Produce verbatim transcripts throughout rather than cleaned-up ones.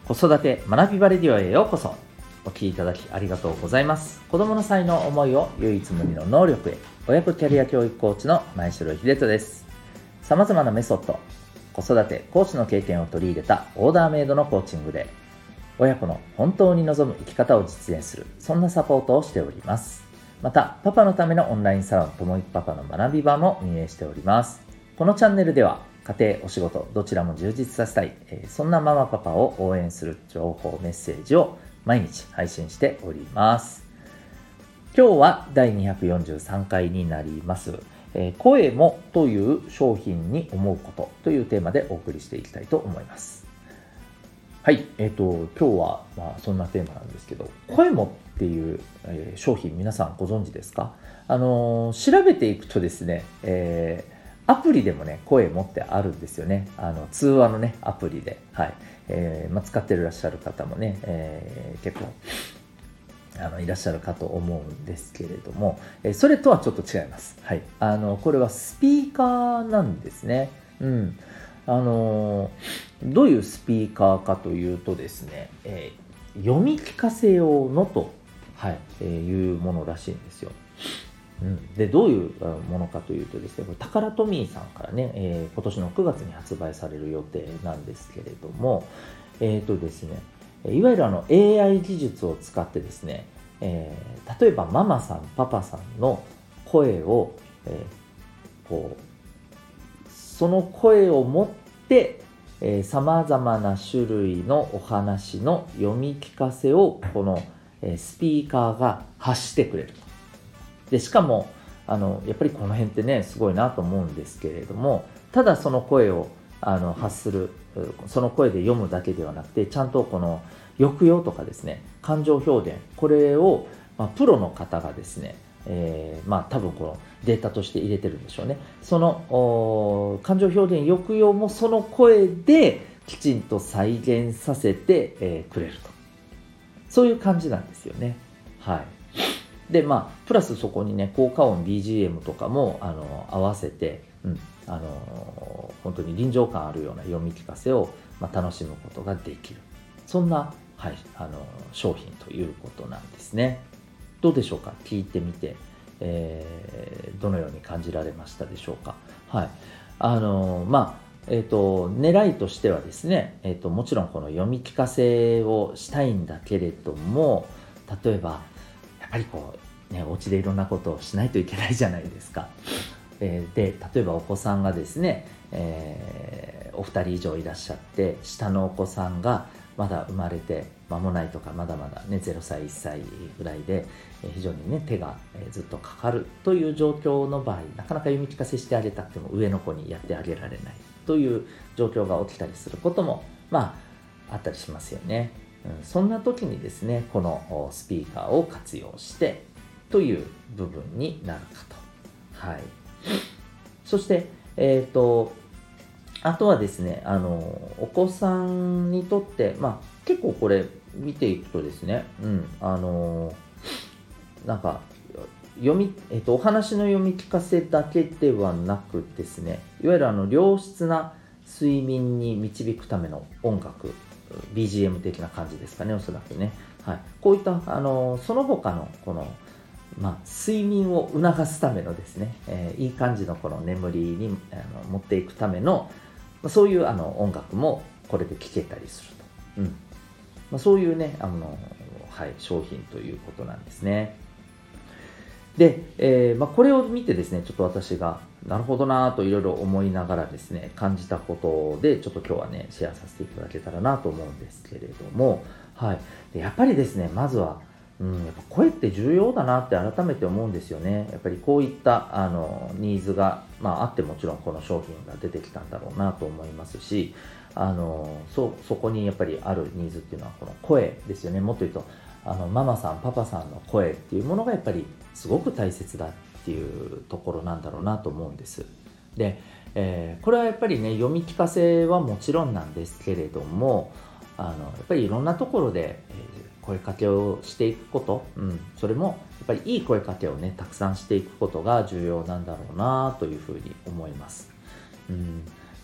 子育て学びバレディオへようこそ。お聞きいただきありがとうございます。子供の才能思いを唯一無二の能力へ、親子キャリア教育コーチの前城秀人です。様々なメソッド、子育てコーチの経験を取り入れたオーダーメイドのコーチングで親子の本当に望む生き方を実現する、そんなサポートをしております。またパパのためのオンラインサロンともいくパパの学び場も運営しております。このチャンネルでは家庭、お仕事どちらも充実させたい、えー、そんなママパパを応援する情報メッセージを毎日配信しております。今日はだいにひゃくよんじゅうさんかいになります、えー、声もという商品に思うことというテーマでお送りしていきたいと思います。はい、えーと今日はまあそんなテーマなんですけど、声もっていう、えー、商品皆さんご存知ですか？あのー、調べていくとですね、えーアプリでもね、声もってあるんですよね。あの通話のね、アプリで、はい、えーまあ、使っていらっしゃる方もね、えー、結構あのいらっしゃるかと思うんですけれども、えー、それとはちょっと違います。はい、あのこれはスピーカーなんですね。うん、あのー、どういうスピーカーかというとですね、えー、読み聞かせ用のと、はいえー、いうものらしいんですよ。うん、でどういうものかというとですね、これタカラトミーさんからね、えー、今年のくがつに発売される予定なんですけれども、えーとですね、いわゆるあの エーアイ 技術を使ってですね、えー、例えばママさんパパさんの声を、えー、こうその声を持ってさまざまな種類のお話の読み聞かせをこの、えー、スピーカーが発してくれると。でしかもあのやっぱりこの辺ってねすごいなと思うんですけれども、ただその声をあの発する、その声で読むだけではなくて、ちゃんとこの抑揚とかですね、感情表現、これを、まあ、プロの方がですね、えー、まあ多分このデータとして入れてるんでしょうね。その感情表現、抑揚もその声できちんと再現させて、えー、くれると、そういう感じなんですよね。はい。でまあプラスそこにね効果音 ビージーエム とかもあの合わせて、うん、あの本当に臨場感あるような読み聞かせを、まあ、楽しむことができる、そんな、はい、あの商品ということなんですね。どうでしょうか？聞いてみて、えー、どのように感じられましたでしょうか？はい、あのまあえーと、狙いとしてはですね、えーと、もちろんこの読み聞かせをしたいんだけれども、例えばやっぱりこうね、お家でいろんなことをしないといけないじゃないですか。えー、で例えばお子さんがですね、えー、お二人以上いらっしゃって、下のお子さんがまだ生まれて間もないとか、まだまだねゼロさいいっさいぐらいで、えー、非常にね手が、えー、ずっとかかるという状況の場合、なかなか読み聞かせしてあげたくても上の子にやってあげられないという状況が起きたりすることもまああったりしますよね。うん、そんな時にですね、このスピーカーを活用してという部分になるかと。はい。そして、えっと、あとはですね、あの、お子さんにとって、まあ、結構これ見ていくとですね、うん、あの、なんか、読み、えっと、お話の読み聞かせだけではなくですね、いわゆるあの良質な睡眠に導くための音楽、ビージーエム 的な感じですかね、おそらくね。はい、こういったあのその他のこの、まあ、睡眠を促すためのですね、えー、いい感じのこの眠りにあの持っていくための、まあ、そういうあの音楽もこれで聴けたりすると、うんまあ、そういうねあの、はい、商品ということなんですね。で、えーまあ、これを見てですね、ちょっと私がなるほどなといろいろ思いながらですね、感じたことでちょっと今日はねシェアさせていただけたらなと思うんですけれども、はい、でやっぱりですね、まずは、うん、やっぱ声って重要だなって改めて思うんですよね。やっぱりこういったあのニーズが、まあ、あってもちろんこの商品が出てきたんだろうなと思いますし、あの そ, そこにやっぱりあるニーズっていうのはこの声ですよね。もっと言うとあのママさんパパさんの声っていうものがやっぱりすごく大切だっていうところなんだろうなと思うんです。で、えー、これはやっぱりね読み聞かせはもちろんなんですけれども、あのやっぱりいろんなところで、えー、声かけをしていくこと、うん、それもやっぱりいい声かけをねたくさんしていくことが重要なんだろうなというふうに思います。うん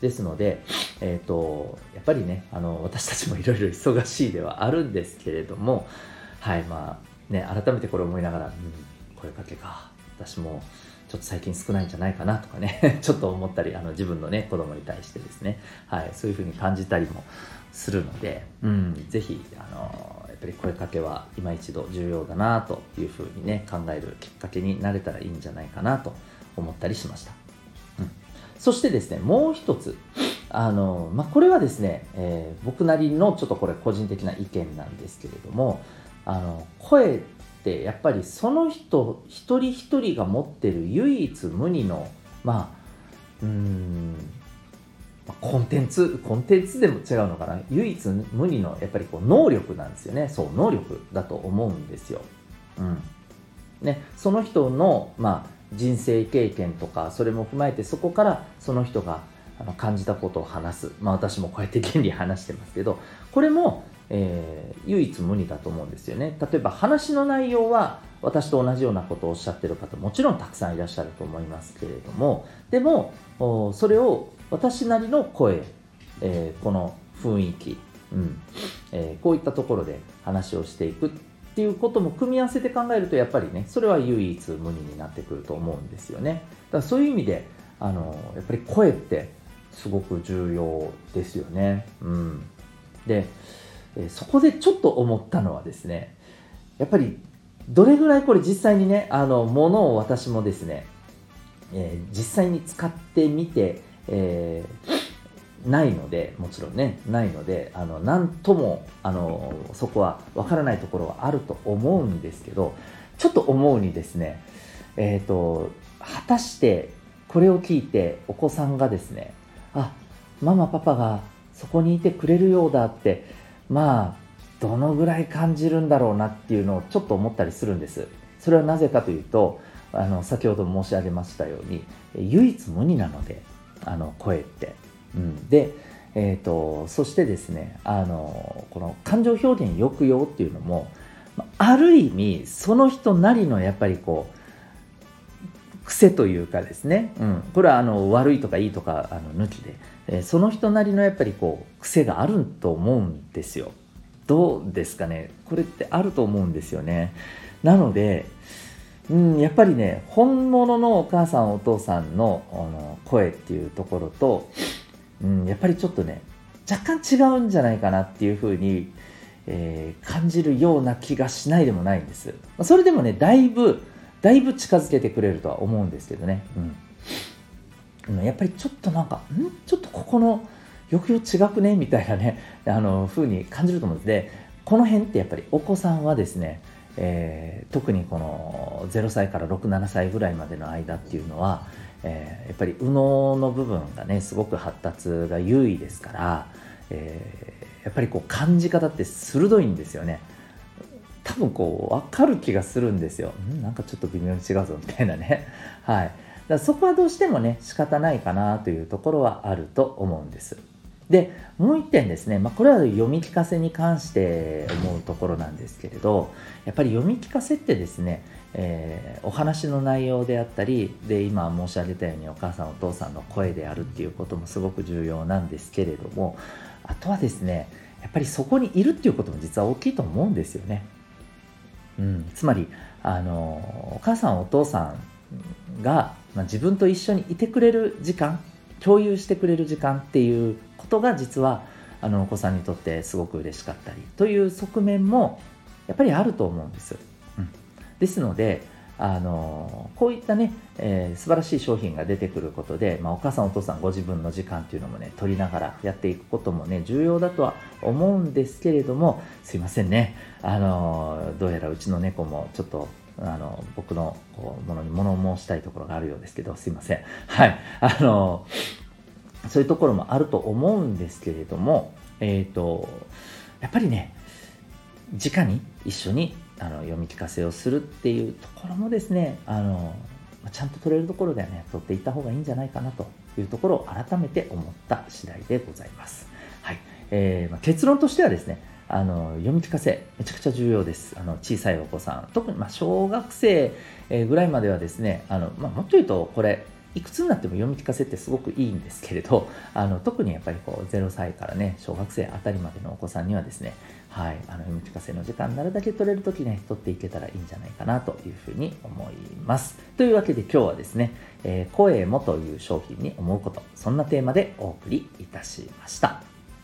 ですので、えーと、やっぱりね、あの私たちもいろいろ忙しいではあるんですけれども、はい、まあね、改めてこれ思いながら、うん、声かけか、私もちょっと最近少ないんじゃないかなとかねちょっと思ったり、あの自分のね子供に対してですね、はい、そういう風に感じたりもするので、うん、ぜひあのやっぱり声かけは今一度重要だなという風にね考えるきっかけになれたらいいんじゃないかなと思ったりしました。うん、そしてですね、もう一つ、あの、まあ、これはですね、えー、僕なりのちょっとこれ個人的な意見なんですけれども、あの声ってやっぱりその人一人一人が持ってる唯一無二の、まあうーんコンテンツコンテンツでも違うのかな、唯一無二のやっぱりこう能力なんですよね。そう、能力だと思うんですよ。うんね、その人の、まあ、人生経験とかそれも踏まえて、そこからその人があの感じたことを話す、まあ、私もこうやって原理話してますけど、これも、えー、唯一無二だと思うんですよね。例えば話の内容は私と同じようなことをおっしゃってる方もちろんたくさんいらっしゃると思いますけれども、でもそれを私なりの声、えー、この雰囲気、うんえー、こういったところで話をしていくっていうことも組み合わせて考えると、やっぱりねそれは唯一無二になってくると思うんですよね。だからそういう意味であのやっぱり声ってすごく重要ですよね。うん、でそこでちょっと思ったのはですね、やっぱりどれぐらいこれ実際にね、あのものを私もですね、えー、実際に使ってみて、えー、ないので、もちろんねないので、あの何ともあのそこはわからないところはあると思うんですけど、ちょっと思うにですね、えーと、果たしてこれを聞いてお子さんがですね、あ、ママパパがそこにいてくれるようだって、まあどのぐらい感じるんだろうなっていうのをちょっと思ったりするんです。それはなぜかというと、あの先ほど申し上げましたように唯一無二なので、あの声って、うん、で、えーと、そしてですね、あのこの感情表現抑揚っていうのもある意味その人なりのやっぱりこう癖というかですね、うん、これはあの悪いとかいいとかあの抜きで、えー、その人なりのやっぱりこう癖があると思うんですよ。どうですかね、これってあると思うんですよね。なので、うん、やっぱりね、本物のお母さんお父さん の, あの声っていうところと、うん、やっぱりちょっとね若干違うんじゃないかなっていうふうに、えー、感じるような気がしないでもないんです。それでもねだいぶだいぶ近づけてくれるとは思うんですけどね、うん、やっぱりちょっとなんかんちょっとここの抑揚違くねみたいなね、あの風に感じると思うんです。で、この辺ってやっぱりお子さんはですね、えー、特にこのゼロさいからろく、ななさいぐらいまでの間っていうのは、えー、やっぱり右脳の部分がねすごく発達が優位ですから、えー、やっぱりこう感じ方って鋭いんですよね。多分こう分かる気がするんですよ。んなんかちょっと微妙に違うぞみたいなねはい、だからそこはどうしてもね仕方ないかなというところはあると思うんです。で、もう一点ですね、まあ、これは読み聞かせに関して思うところなんですけれど、やっぱり読み聞かせってですね、えー、お話の内容であったりで、今申し上げたようにお母さんお父さんの声であるっていうこともすごく重要なんですけれども、あとはですね、やっぱりそこにいるっていうことも実は大きいと思うんですよね。うん、つまりあのお母さんお父さんが、まあ、自分と一緒にいてくれる時間、共有してくれる時間っていうことが実はあのお子さんにとってすごく嬉しかったりという側面もやっぱりあると思うんです。うん、ですのであのこういったね、えー、素晴らしい商品が出てくることで、まあ、お母さんお父さんご自分の時間っていうのもね取りながらやっていくこともね重要だとは思うんですけれども、すいませんね、あのどうやらうちの猫もちょっとあの僕のこうものに物申したいところがあるようですけど、すいません。はい、あのそういうところもあると思うんですけれども、えーと、やっぱりね直に一緒にあの読み聞かせをするっていうところもですね、あのちゃんと取れるところではね取っていった方がいいんじゃないかなというところを改めて思った次第でございます。はい、えーまあ、結論としてはですね、あの読み聞かせめちゃくちゃ重要です。あの小さいお子さん、特にまあ小学生ぐらいまではですね、あの、まあ、もっと言うとこれいくつになっても読み聞かせってすごくいいんですけれど、あの特にやっぱりこうゼロさいからね小学生あたりまでのお子さんにはですね、はい、あの読み聞かせの時間なるだけ取れるときね取っていけたらいいんじゃないかなというふうに思います。というわけで今日はですね、えー、声もという商品に思うこと、そんなテーマでお送りいたしました。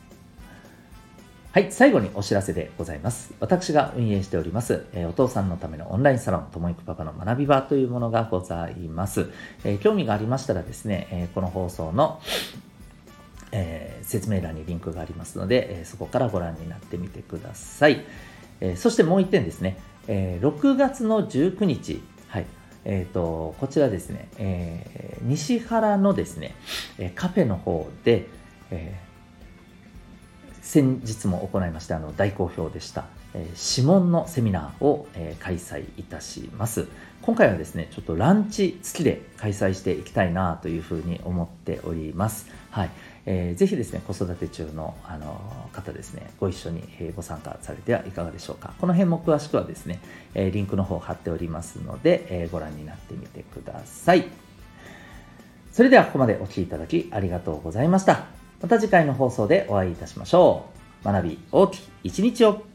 はい、最後にお知らせでございます。私が運営しております、えー、お父さんのためのオンラインサロン、ともいくパパの学び場というものがございます。えー、興味がありましたらですね、えー、この放送の、えー、説明欄にリンクがありますので、えー、そこからご覧になってみてください。えー、そしてもう一点ですね、えー、ろくがつのじゅうくにち、はい、えーと、こちらですね、えー、西原のですね、カフェの方で、えー先日も行いましてあの大好評でした、えー、指紋のセミナーを、えー、開催いたします。今回はですねちょっとランチ付きで開催していきたいなというふうに思っております。はい、えー、ぜひですね子育て中の、あのー、方ですねご一緒に、えー、ご参加されてはいかがでしょうか。この辺も詳しくはですね、えー、リンクの方を貼っておりますので、えー、ご覧になってみてください。それではここまでお聞きいただきありがとうございました。また次回の放送でお会いいたしましょう。学び大きい一日を。